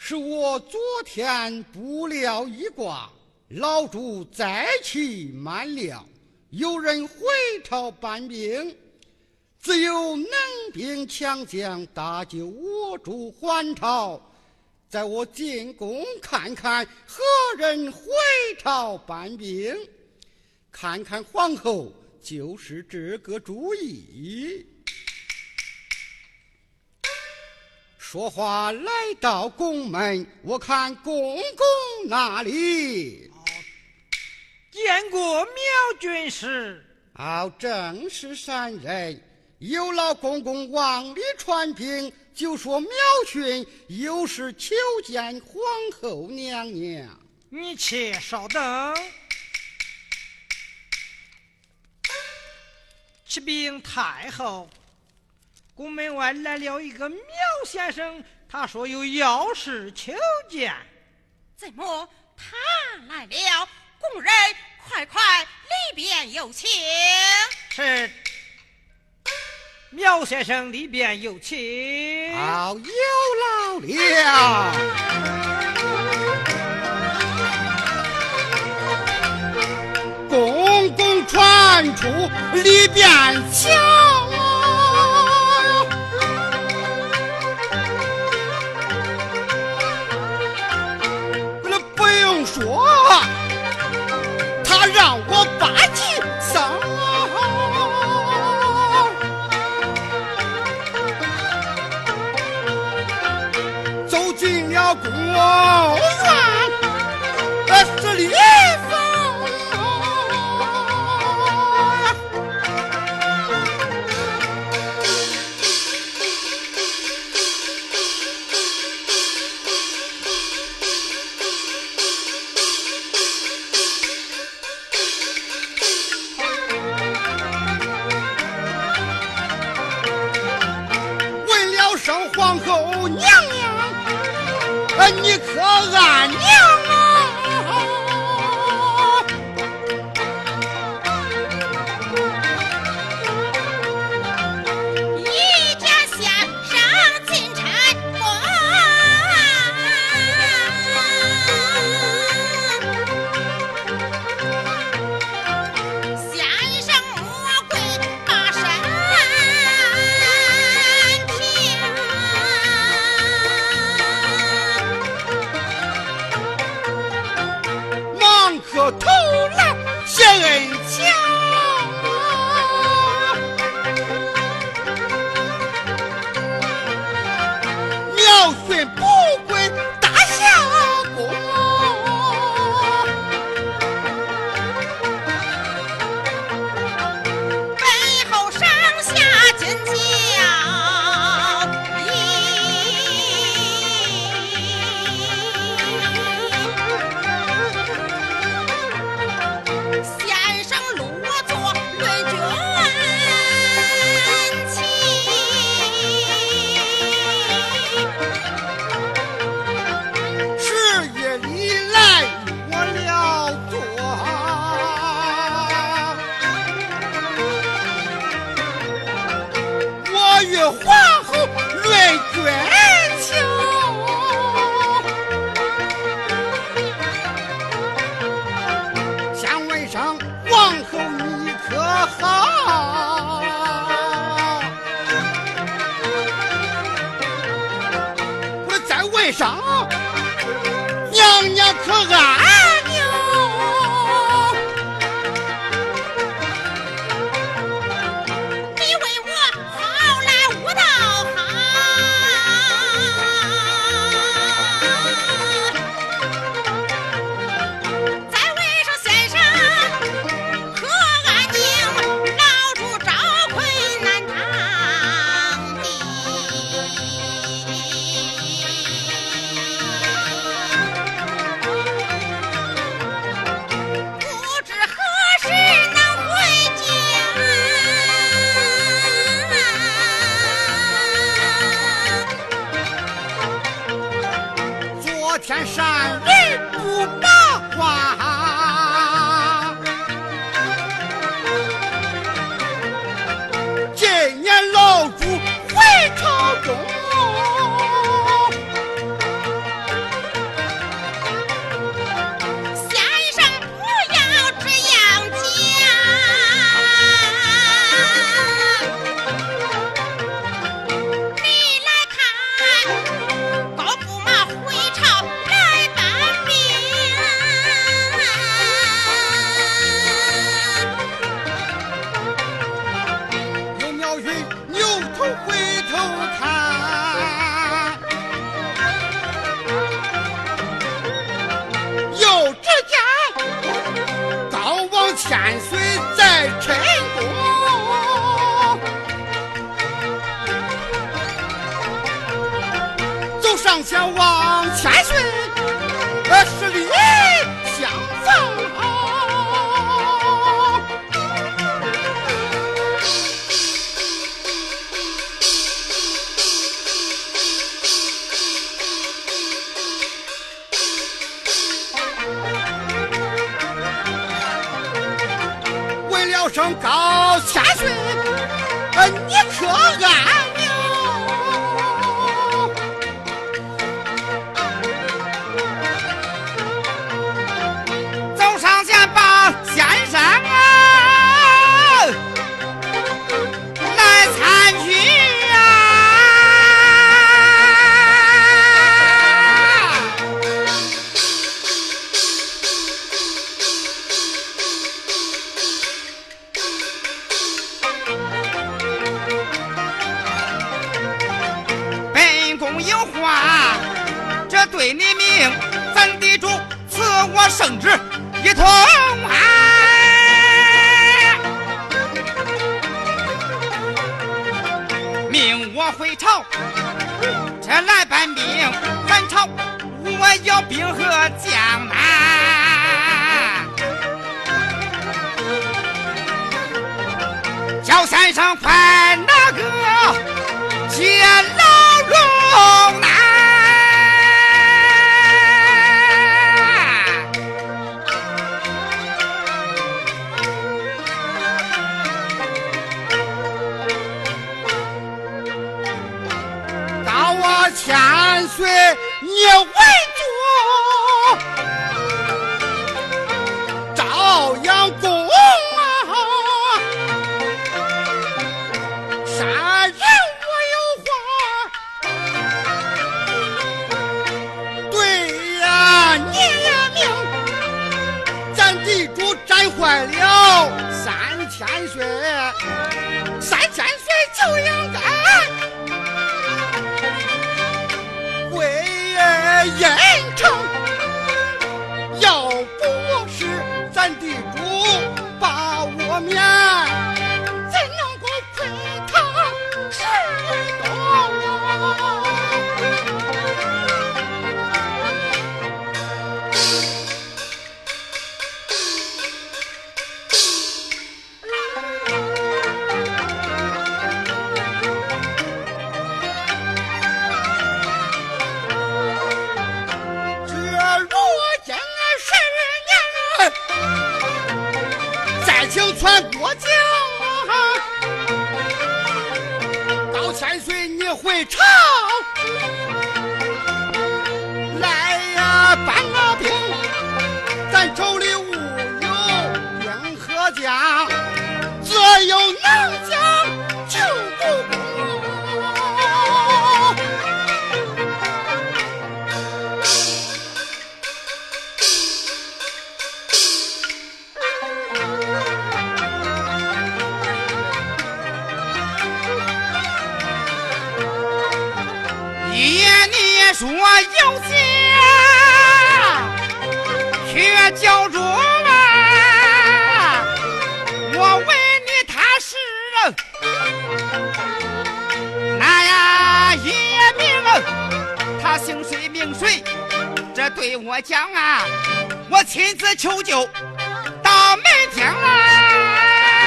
是我昨天卜了一卦，老主灾期满了，有人回朝搬兵，只有能兵强将搭救我主还朝。在我进宫看看何人回朝搬兵，看看皇后就是这个主意。说话来到宫门，我看公公那里见过苗军师。 正是善人，有劳公公往里传禀，就说苗训有事求见皇后娘娘。 你且稍等。启禀太后，宫门外来了一个苗先生，他说有要事求见。 怎么他来了？宫人快里边有请。 是，苗先生里边有请。 有劳了。公公传出里边请。不用说，他让我把计上。走进了宫院，十里风。皇后娘娘，你可安娘啊？ 一家先上进产官，先生魔鬼把身可投来谢恩强，苗训不归大夏宫， 背后上下紧先生落座论军旗， 10月里来我了座，我与皇后论军情。皇后你可好？我再问上，娘娘可安宁？ 你为我好来无道好，再问上先生。 天善人不八卦，今年老主回朝中， 上前往千岁，十里相逢。为了升高千岁，你可安宁？ 走上前把先生来参军啊！本宫有话，这对你明，咱地主赐我圣旨一通啊！命我回朝，这来办兵，赶朝我要兵和将马，叫先生快拿个接牢笼呐！ 到我千岁你为主，朝阳宫啊，杀人我有话对呀，你也明，咱地主战坏了3000岁，3000岁就应该归严城，要不是咱地主把我免，怎能够亏他10多？请传国将啊，到千岁你回朝来呀，搬个兵，咱手里无有兵和将，只有能将救不功。 说有心却教主啊，我为你踏实那呀也明他姓谁名谁，这对我讲啊，我亲自求救到门厅啊。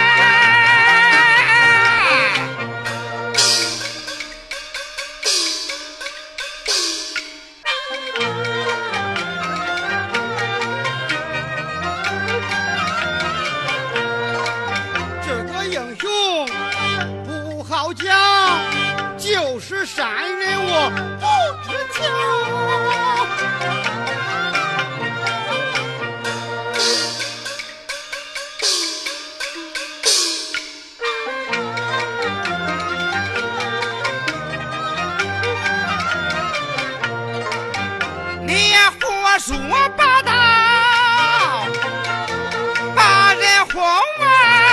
讲就是善人，我不知情。 你胡说八道，把人哄啊！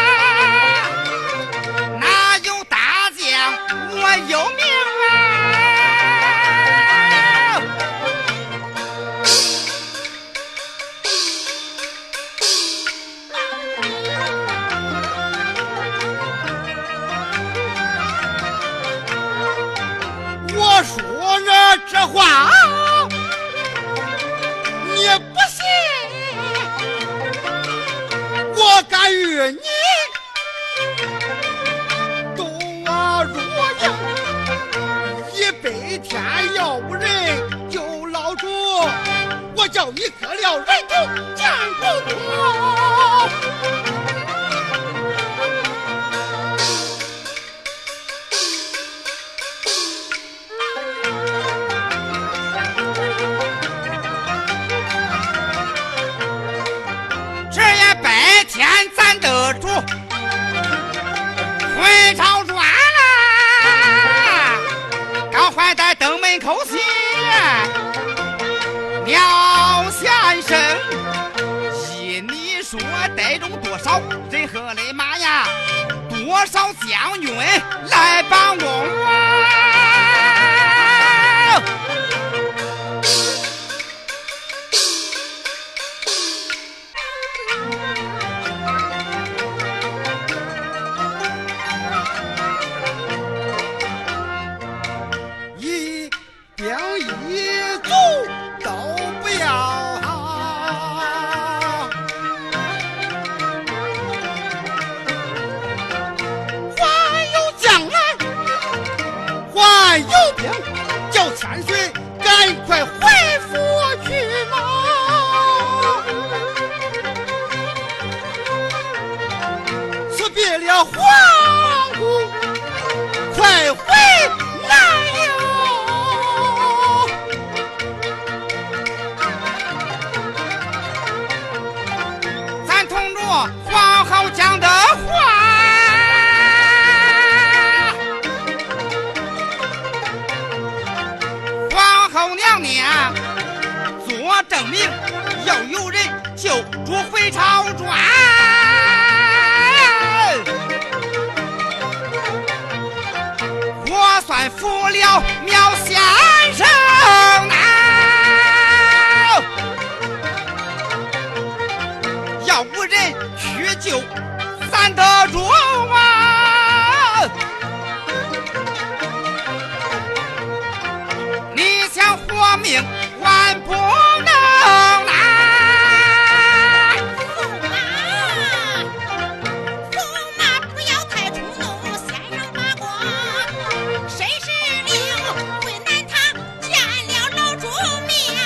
我有命我说呢，这话你不信，我敢与你斗我如鹰，100天要无人救老主，我叫你割了人头见不多。 这也白天咱得主回朝转啦，刚还在登门口写廖先生，依你说带中多少人和雷马呀，多少将军来帮我一兵一卒都不要，还有将来，还有兵，叫千岁赶快回府去嘛！辞别了皇姑，快回来哟！ 咱同着皇后讲的话，皇后娘娘做证明，要有人救主回朝转，我算服了苗先生呐，要无人去救咱得住啊！你想活命万不能呐！ 驸马不要太冲动，先生把关，谁是令会难他见了老主面，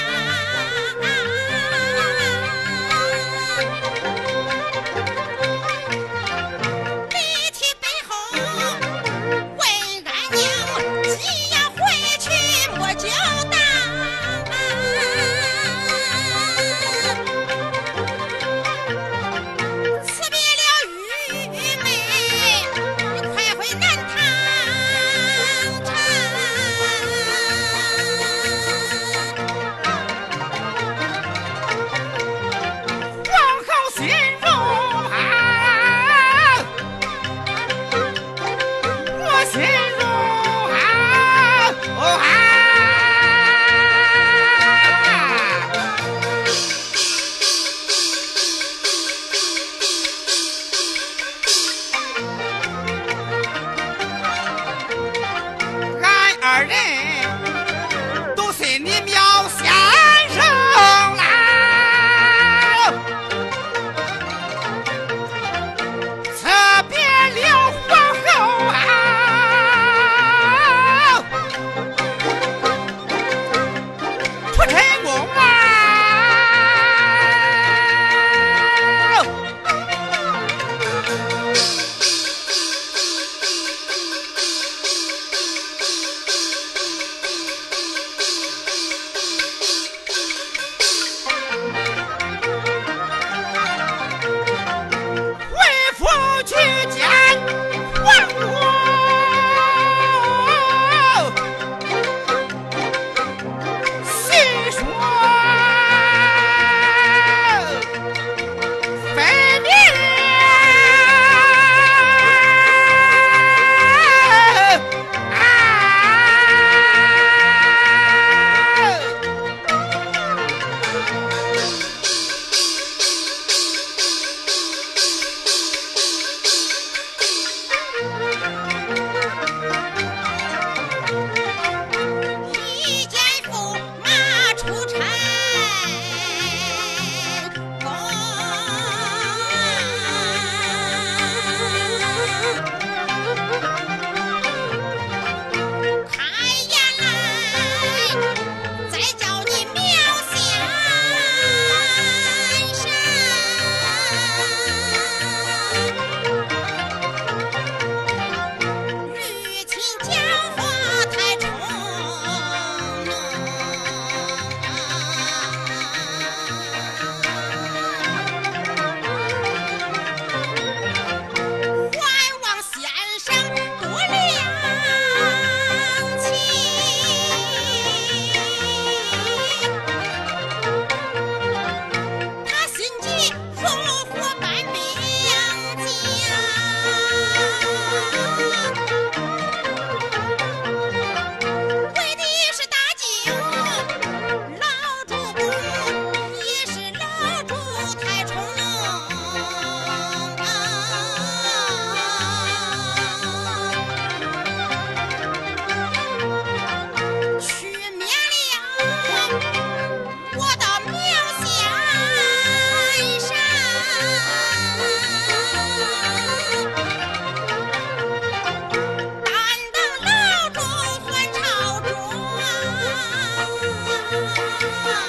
立起背后问俺娘，急呀回去莫交代。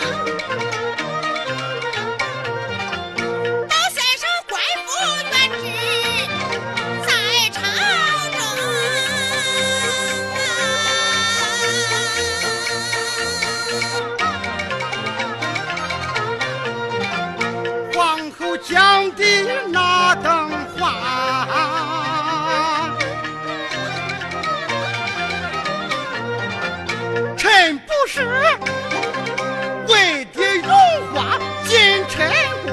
老先生官复原职在朝中， 皇后讲的那等话，臣不是为的荣华进臣宫，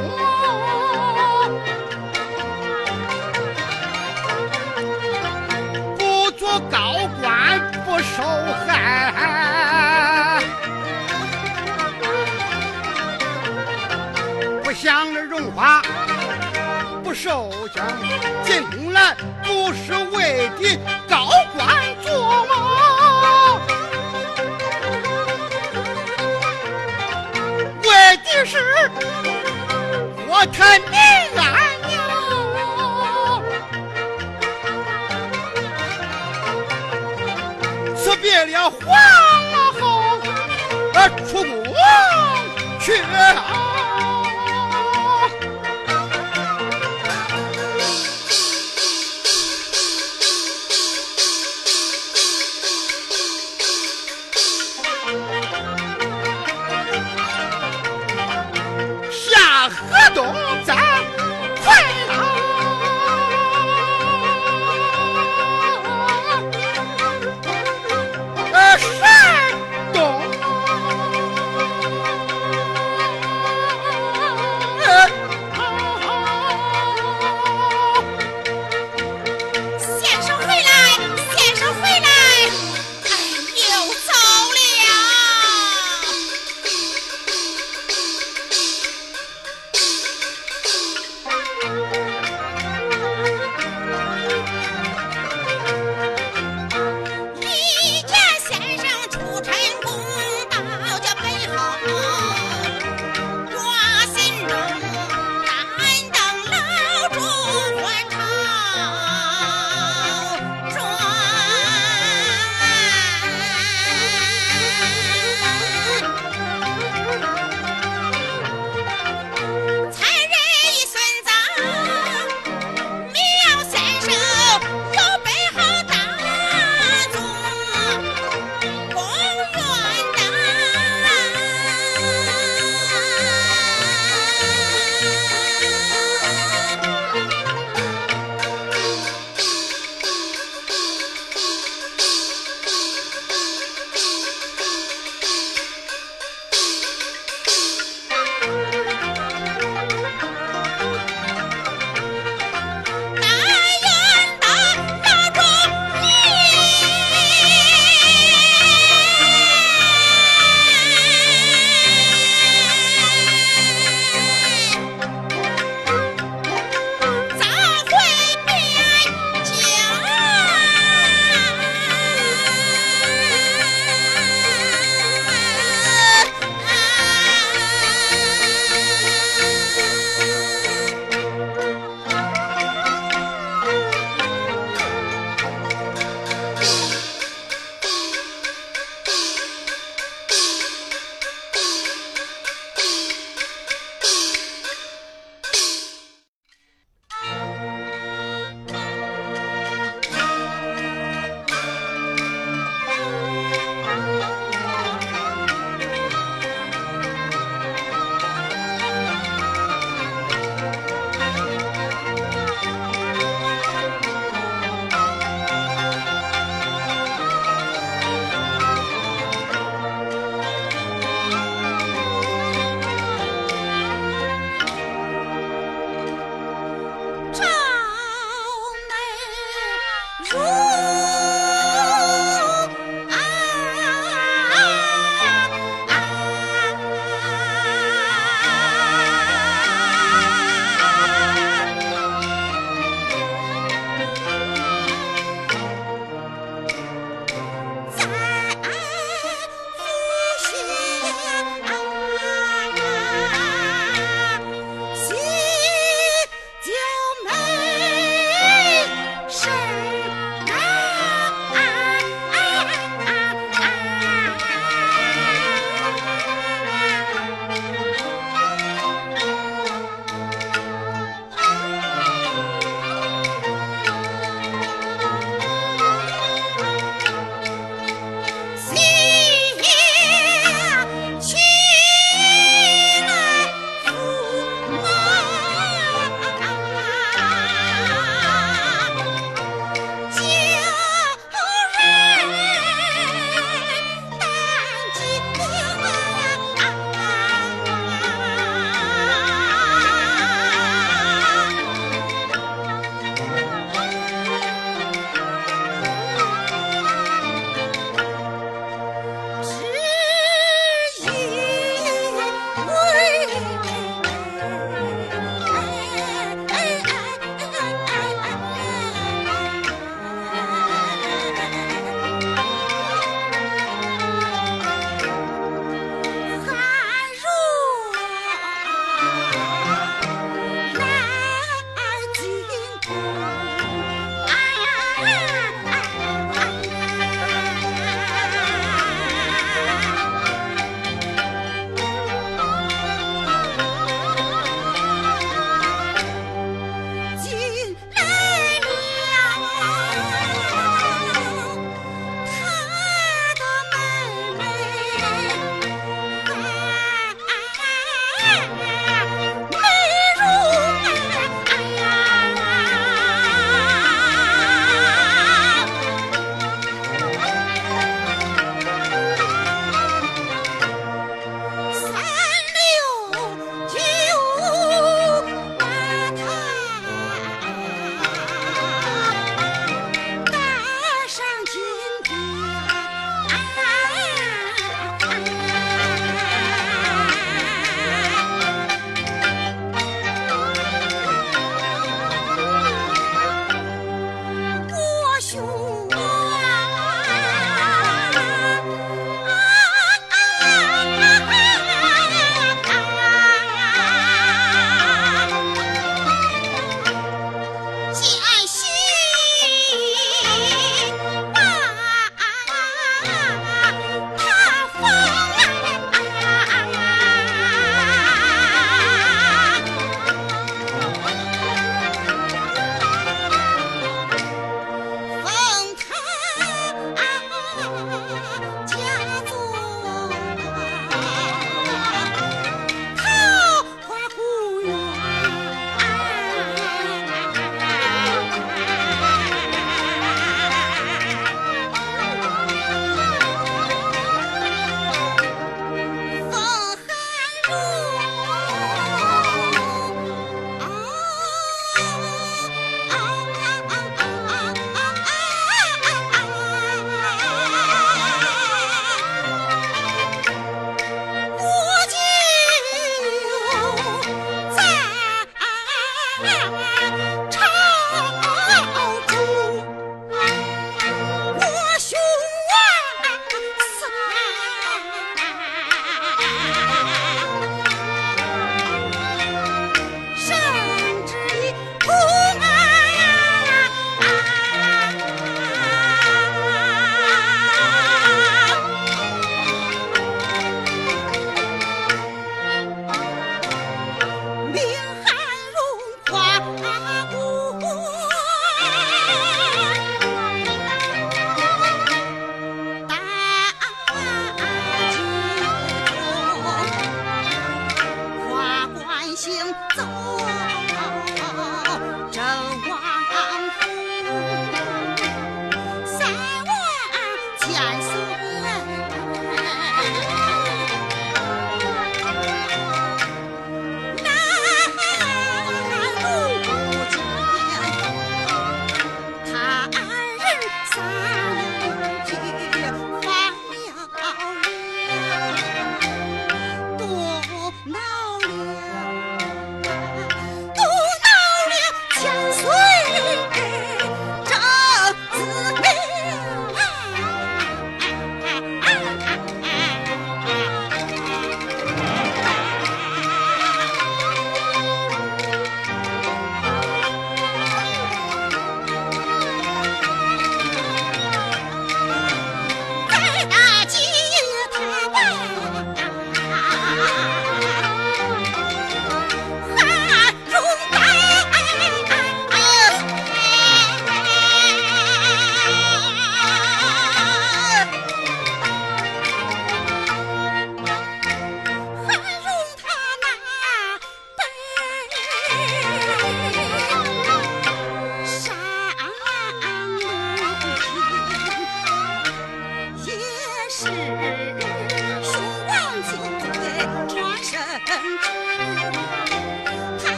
不做高官不受害，不享了荣华不受奖，进宫来不是为的高官做梦，为的是国泰民安呀。辞别了皇后，出宫去啊。下河东在快乐，山东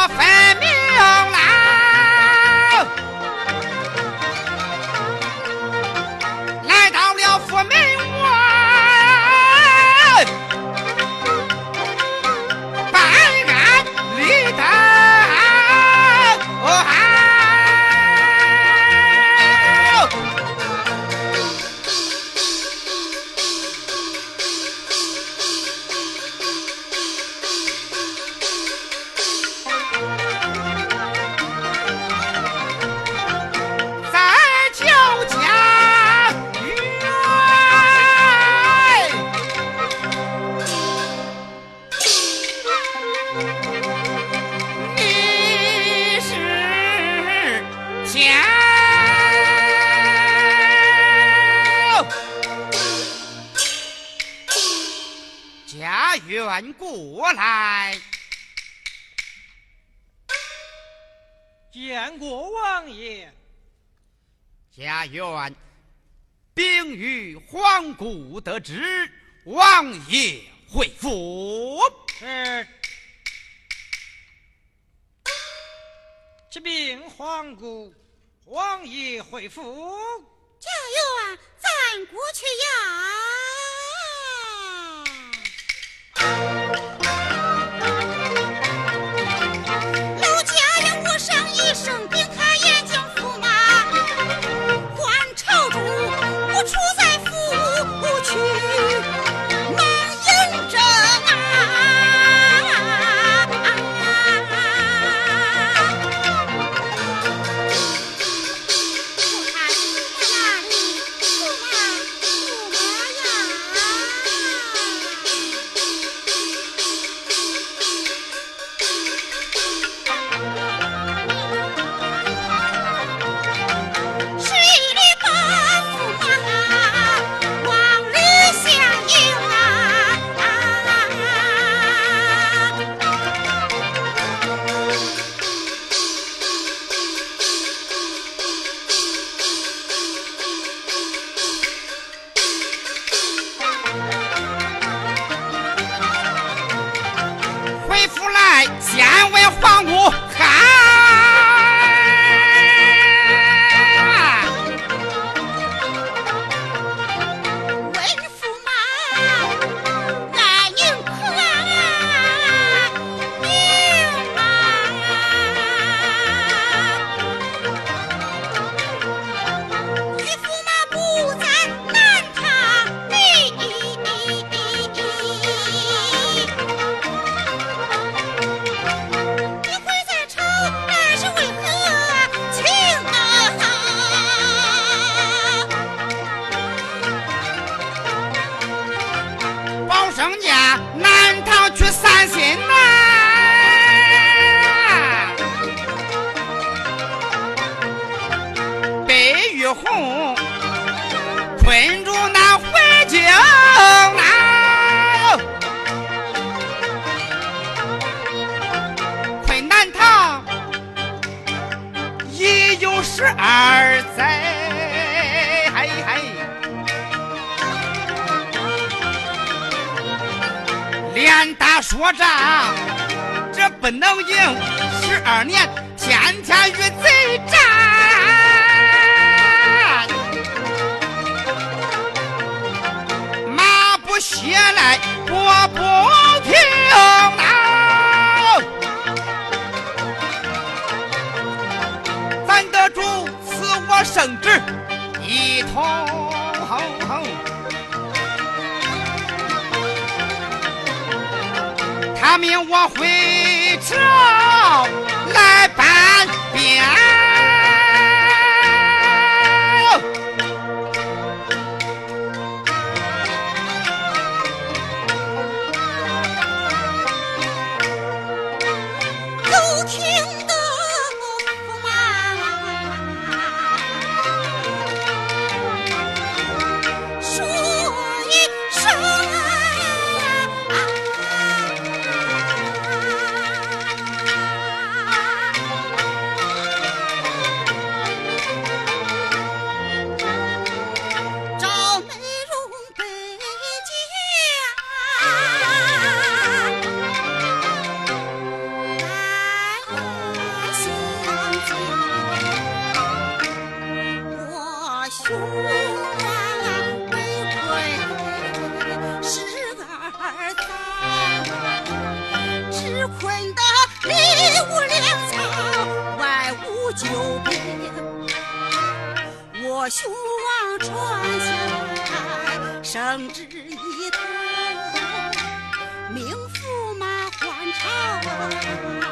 分明了，来到了府门外，办案立等。家园过来， 见过王爷。 家园禀于皇姑得知，王爷回府。 是。启禀皇姑，王爷回府。 家园，咱过去呀。老家园，我上一声禀他眼睛驸马，换朝中我处在府区，忙迎着先问皇姑喊， 问驸马，爱宁可明啊？与驸马不在难他理。 生家南唐去散心呐，白玉红困住那回京呐，困南唐已有12载，嘿嘿。连打说仗，这不能赢，12年天天与贼战，马不歇来我不停咱得主赐我圣旨一通。他命我回朝来办兵， 都听得驸马说一声。 我雄王传下圣旨一通，命驸马还朝。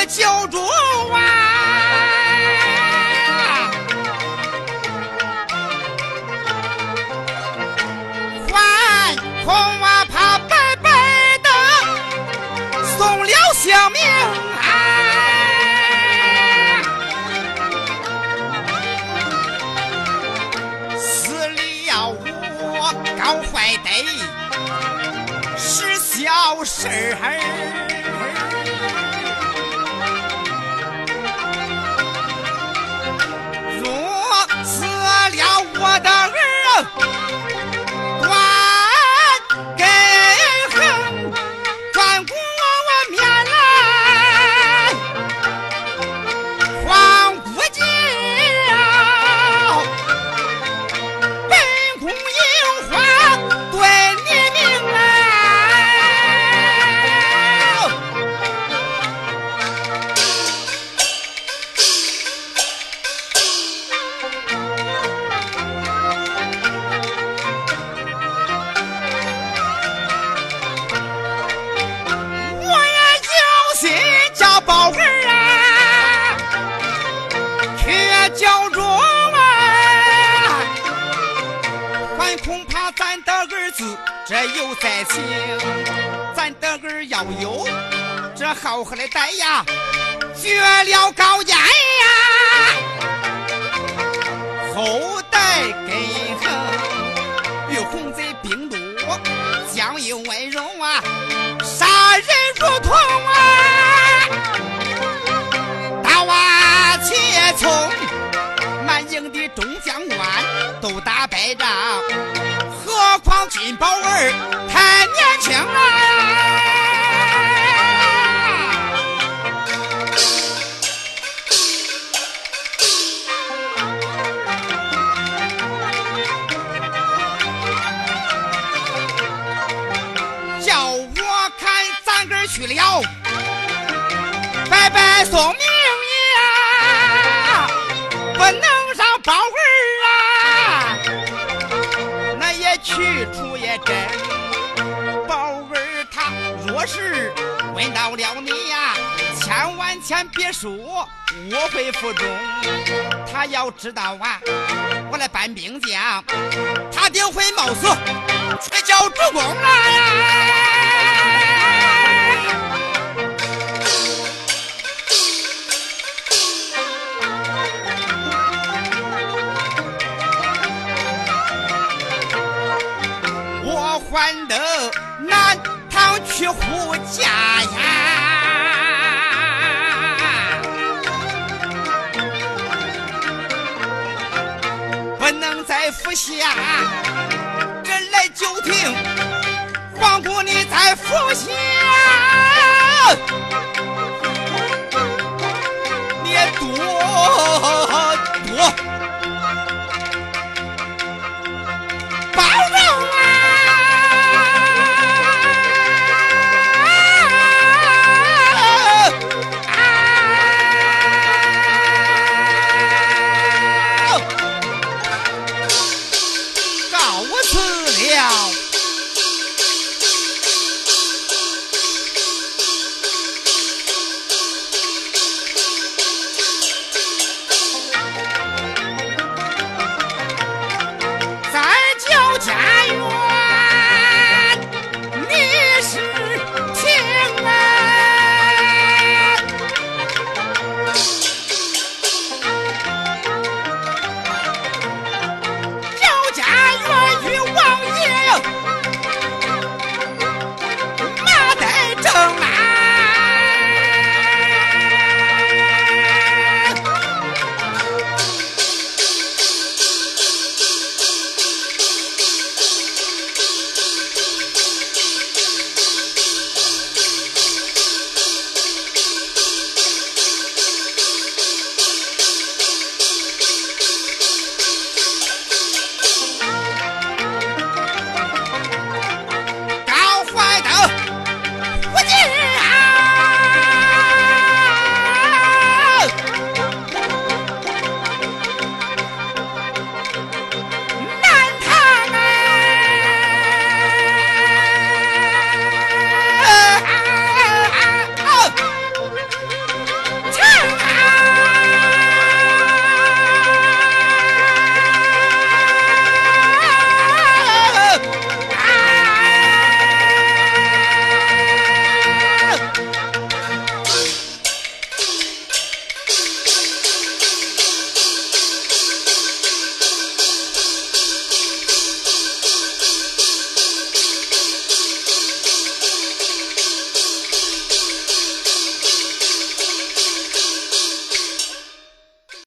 救主啊！还恐啊怕白白的送了性命啊！死了我搞坏的是小事儿。我的儿断根横，转过我面来黄姑姐本宫樱花对你明来。宝儿啊，却叫着啊，还恐怕咱的儿子这有灾情，咱的儿要有这好喝的带呀，绝了高烟呀，后代根横，与红贼兵多，将有温柔啊，杀人如同啊。且从满营的众将官都打败仗，何况金宝儿太年轻叫我看咱哥去了白白送命不能让宝儿啊，那也去处也真。宝儿他若是问到了你呀，千万别说我会服众。他要知道啊，我来搬兵将，他定会冒死去叫主公啊！还得南唐去护驾呀，不能再服下，这来就听皇姑你再服下。